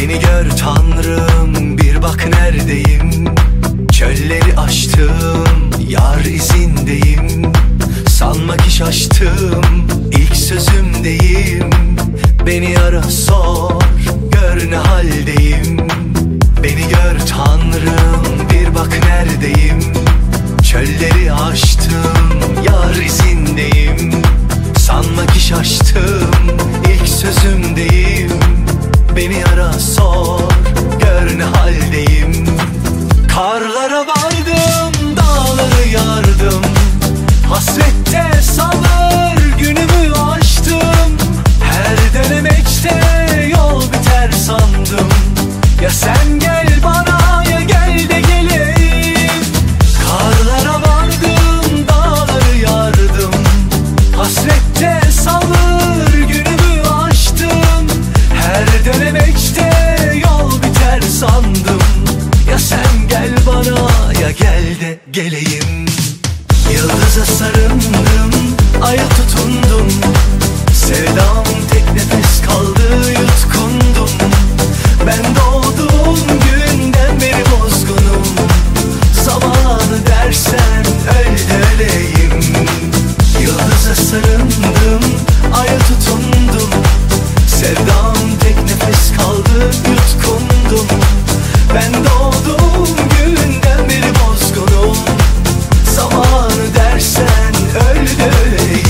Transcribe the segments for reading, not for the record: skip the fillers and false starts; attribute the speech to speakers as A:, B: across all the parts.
A: Beni gör Tanrım, bir bak neredeyim. Çölleri aştım, yar izindeyim. Sanma ki şaştım, ilk sözümdeyim. Beni ara sor, gör ne haldeyim. Beni gör Tanrım, bir bak neredeyim. Çölleri aştım, yar izindeyim. Sanma ki şaştım, ilk sözümdeyim. Beni ara sor, gör ne haldeyim. Karlara vardım, dağları yardım. Hasrette sabır günümü aştım. Her denemekte yol biter sandım. Ya sen gel bana, ya gel de geleyim. Karlara vardım, dağları yardım. Hasrette sabır günümü aştım. Her denemekte yol biter sandım. Ya sen gel bana, ya gel de geleyim. Yıldıza sarıldım, aya tutundum. Sevdam tek nefes kaldı, yutkundum. Ben doğduğum günden beri bozgunum. Zamanı dersen öl de öleyim. Yıldıza sarıldım, aya tutundum. Sevdam tek nefes kaldı, yutkundum. Ben doğduğum günden beri bozgunum. Zamanı dersen öl de öleyim.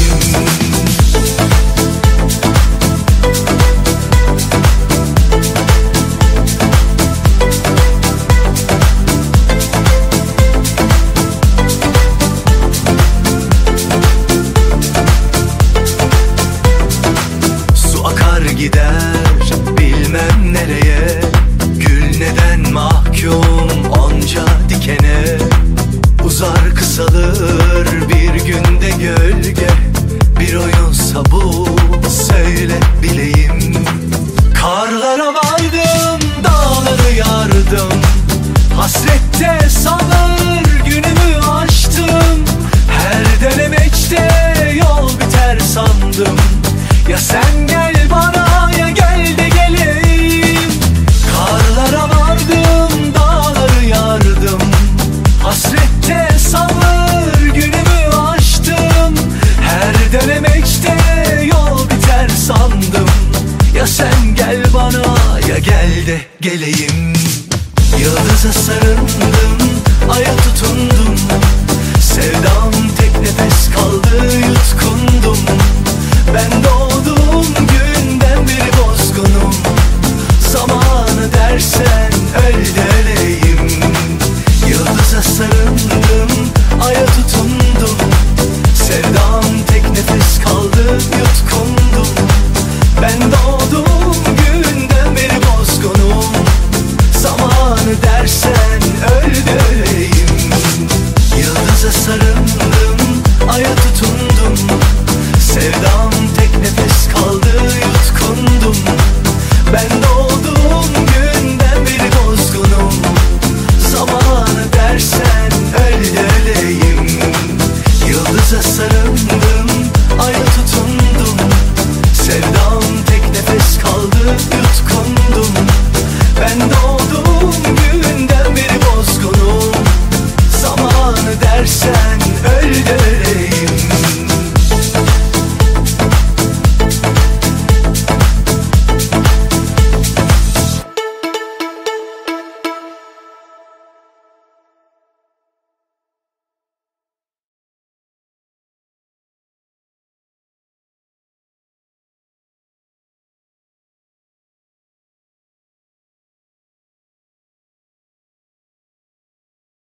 A: Su akar gider bilmem nereye. Gül neden mahkum onca dikene. Uzar kısalır bir günde gölge. Bir oyunsa bu, söyle bileyim. Karlara vardım, dağları yardım. Hasrette sabır günümü aştım. Her denemekte yol biter sandım. Ya sen gel bana, ya gel de geleyim. Karlara vardım, dağları yardım. Hasrette sabır günümü aştım. Her denemekte yol biter sandım. Ya sen gel bana, ya gel de geleyim. Yıldıza sarıldım, aya tutundum. Sevda